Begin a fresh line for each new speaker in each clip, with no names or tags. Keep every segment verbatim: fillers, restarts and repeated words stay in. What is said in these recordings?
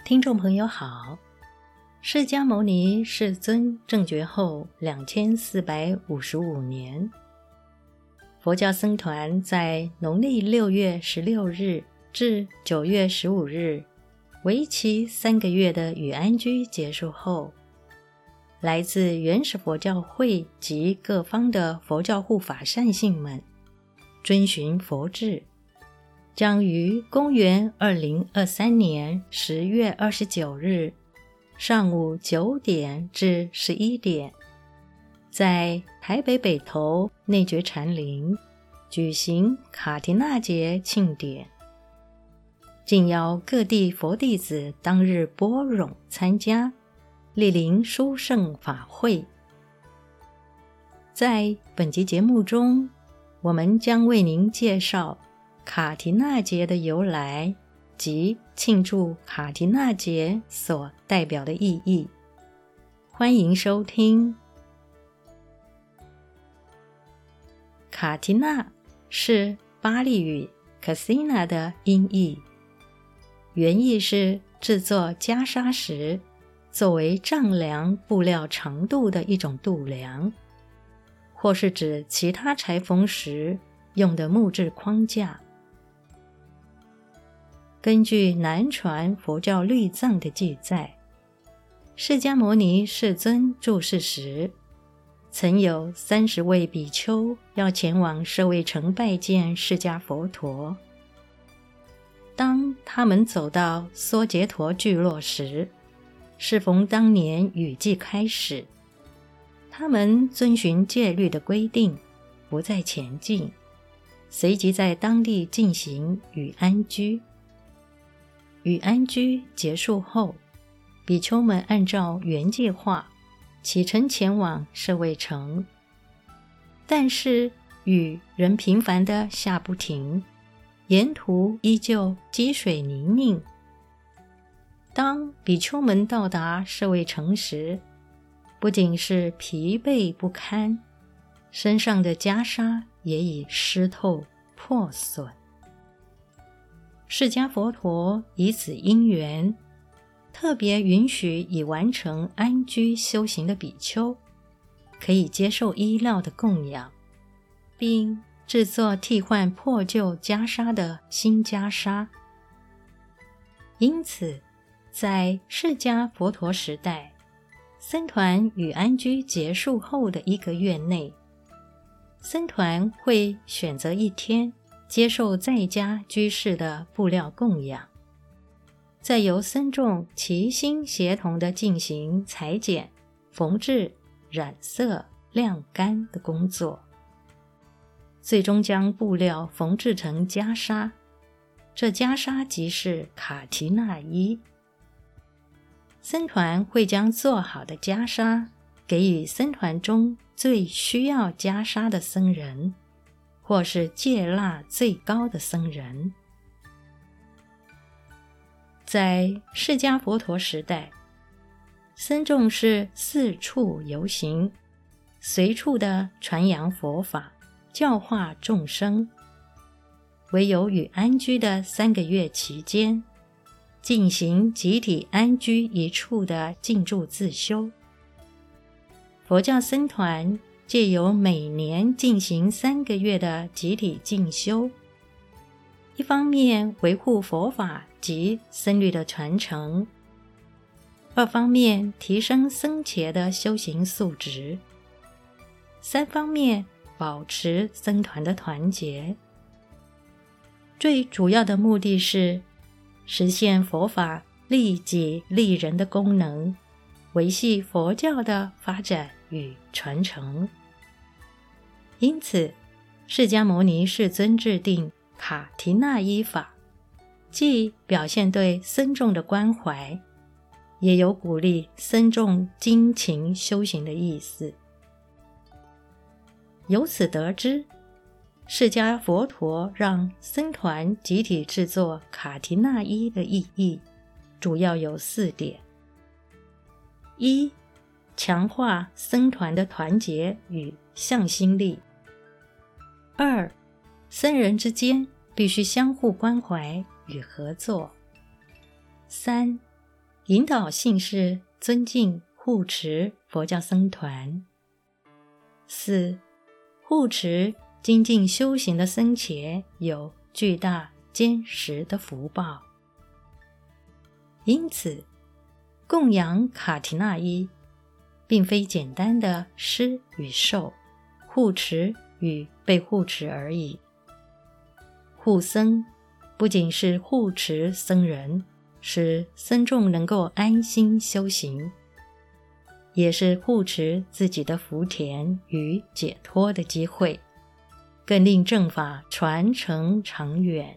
听众朋友好，释迦牟尼世尊正觉后两千四百五十五年，佛教僧团在农历六月十六日至九月十五日为期三个月的雨安居结束后，来自原始佛教会及各方的佛教护法善信们遵循佛制，将于公元二零二三年十月二十九日上午九点至十一点，在台北北投内觉禅林举行卡提那节庆典，敬邀各地佛弟子当日般若参加，莅临殊胜法会。在本集节目中，我们将为您介绍卡提那节的由来及庆祝卡提那节所代表的意义。欢迎收听。卡提那是巴利语 Kasina 的音译，原意是制作袈裟时作为丈量布料长度的一种度量，或是指其他裁缝时用的木质框架。根据南传佛教律藏的记载，释迦牟尼世尊住世时，曾有三十位比丘要前往舍卫城拜见释迦佛陀。当他们走到梭杰陀聚落时，适逢当年雨季开始，他们遵循戒律的规定，不再前进，随即在当地进行雨安居。雨安居结束后，比丘们按照原计划启程前往舍卫城，但是雨仍频繁地下不停，沿途依旧积水泥泞。当比丘们到达舍卫城时，不仅是疲惫不堪，身上的袈裟也已湿透破损。释迦佛陀以此因缘，特别允许已完成安居修行的比丘可以接受衣料的供养，并制作替换破旧袈裟的新袈裟。因此，在释迦佛陀时代，僧团雨安居结束后的一个月内，僧团会选择一天接受在家居士的布料供养，再由僧众齐心协同地进行裁剪、缝制、染色、晾干的工作，最终将布料缝制成袈裟。这袈裟即是卡提那衣。僧团会将做好的袈裟给予僧团中最需要袈裟的僧人，或是戒腊最高的僧人。在释迦佛陀时代，僧众是四处游行，随处的传扬佛法，教化众生。唯有雨安居的三个月期间，进行集体安居一处的静住自修。佛教僧团借由每年进行三个月的集体静修，一方面维护佛法及僧律的传承，二方面提升僧伽的修行素质，三方面保持僧团的团结。最主要的目的是实现佛法利己利人的功能，维系佛教的发展与传承。因此，释迦牟尼世尊制定卡提那衣法，既表现对僧众的关怀，也有鼓励僧众精勤修行的意思。由此得知，释迦佛陀让僧团集体制作卡提那衣的意义主要有四点：一、强化僧团的团结与向心力；二、僧人之间必须相互关怀与合作；三、 引导信士尊敬护持佛教僧团。四、护持精进修行的僧伽有巨大坚实的福报。因此，供养卡提那依并非简单的施与受、护持与被护持而已。护僧不仅是护持僧人，使僧众能够安心修行，也是护持自己的福田与解脱的机会，更令正法传承长远。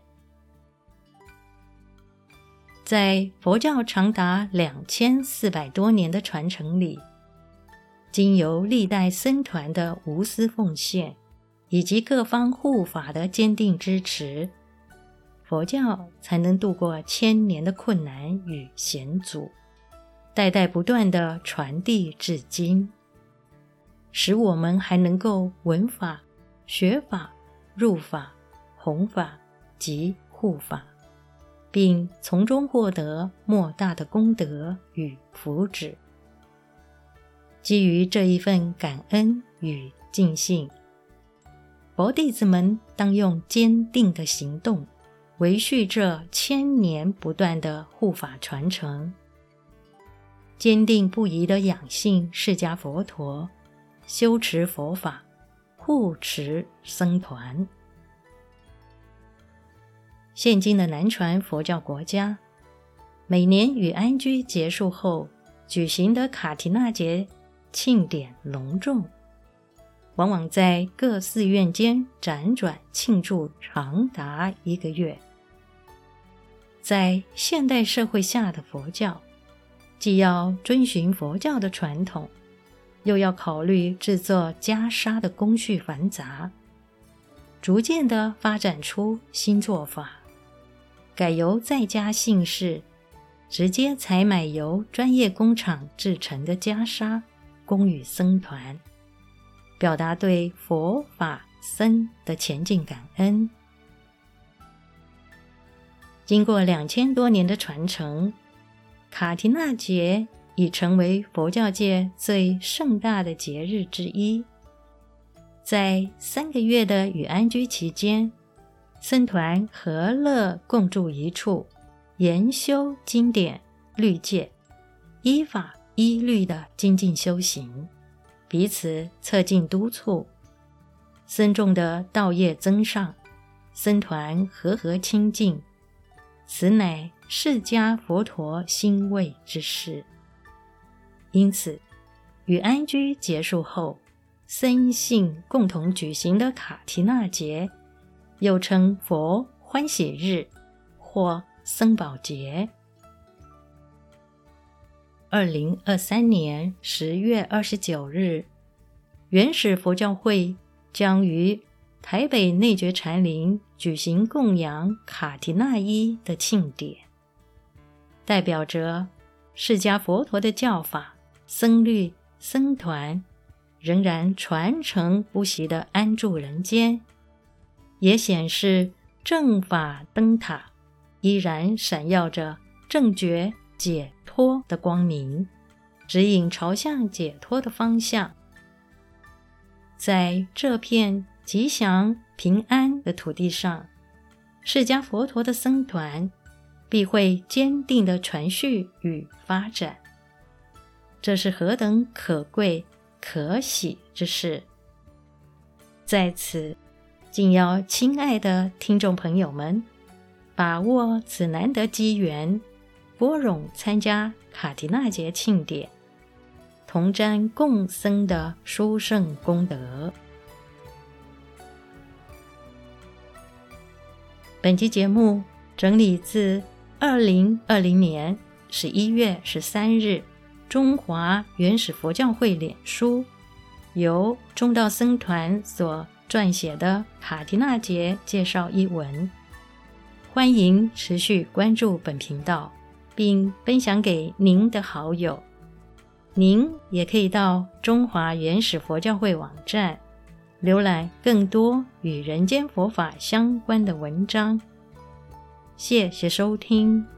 在佛教长达两千四百多年的传承里，经由历代僧团的无私奉献，以及各方护法的坚定支持，佛教才能度过千年的困难与险阻，代代不断地传递至今，使我们还能够闻法、学法、入法、弘法及护法，并从中获得莫大的功德与福祉。基于这一份感恩与敬信，佛弟子们当用坚定的行动维续这千年不断的护法传承，坚定不移地仰信释迦佛陀，修持佛法，护持僧团。现今的南传佛教国家，每年与安居结束后举行的卡提那节庆典隆重，往往在各寺院间辗转庆祝长达一个月。在现代社会下的佛教，既要遵循佛教的传统，又要考虑制作袈裟的工序繁杂，逐渐地发展出新做法，改由在家信士直接采买由专业工厂制成的袈裟，供予僧团，表达对佛法僧的虔敬感恩。经过两千多年的传承，卡提那节已成为佛教界最盛大的节日之一。在三个月的与安居期间，僧团和乐共住一处，研修经典律戒，依法依律的精进修行，彼此策进督促，僧众的道业增上，僧团和合清净，此乃释迦佛陀欣慰之事。因此，与安居结束后，僧信共同举行的卡提那节，又称佛欢喜日或僧宝节。二零二三年十月二十九日，原始佛教会将于台北内觉禅林举行供养卡提那依的庆典，代表着释迦佛陀的教法、僧律、僧团仍然传承不息地安住人间，也显示正法灯塔依然闪耀着正觉解脱的光明，指引朝向解脱的方向。在这片吉祥平安的土地上，释迦佛陀的僧团必会坚定地传续与发展，这是何等可贵可喜之事。在此，敬邀亲爱的听众朋友们，把握此难得机缘，拨冗参加卡提那节庆典，同沾共僧的殊胜功德。本期节目整理自二零二零年十一月十三日中华原始佛教会脸书由中道僧团所撰写的卡提那节介绍一文。欢迎持续关注本频道，并分享给您的好友。您也可以到中华原始佛教会网站浏览更多与人间佛法相关的文章。谢谢收听。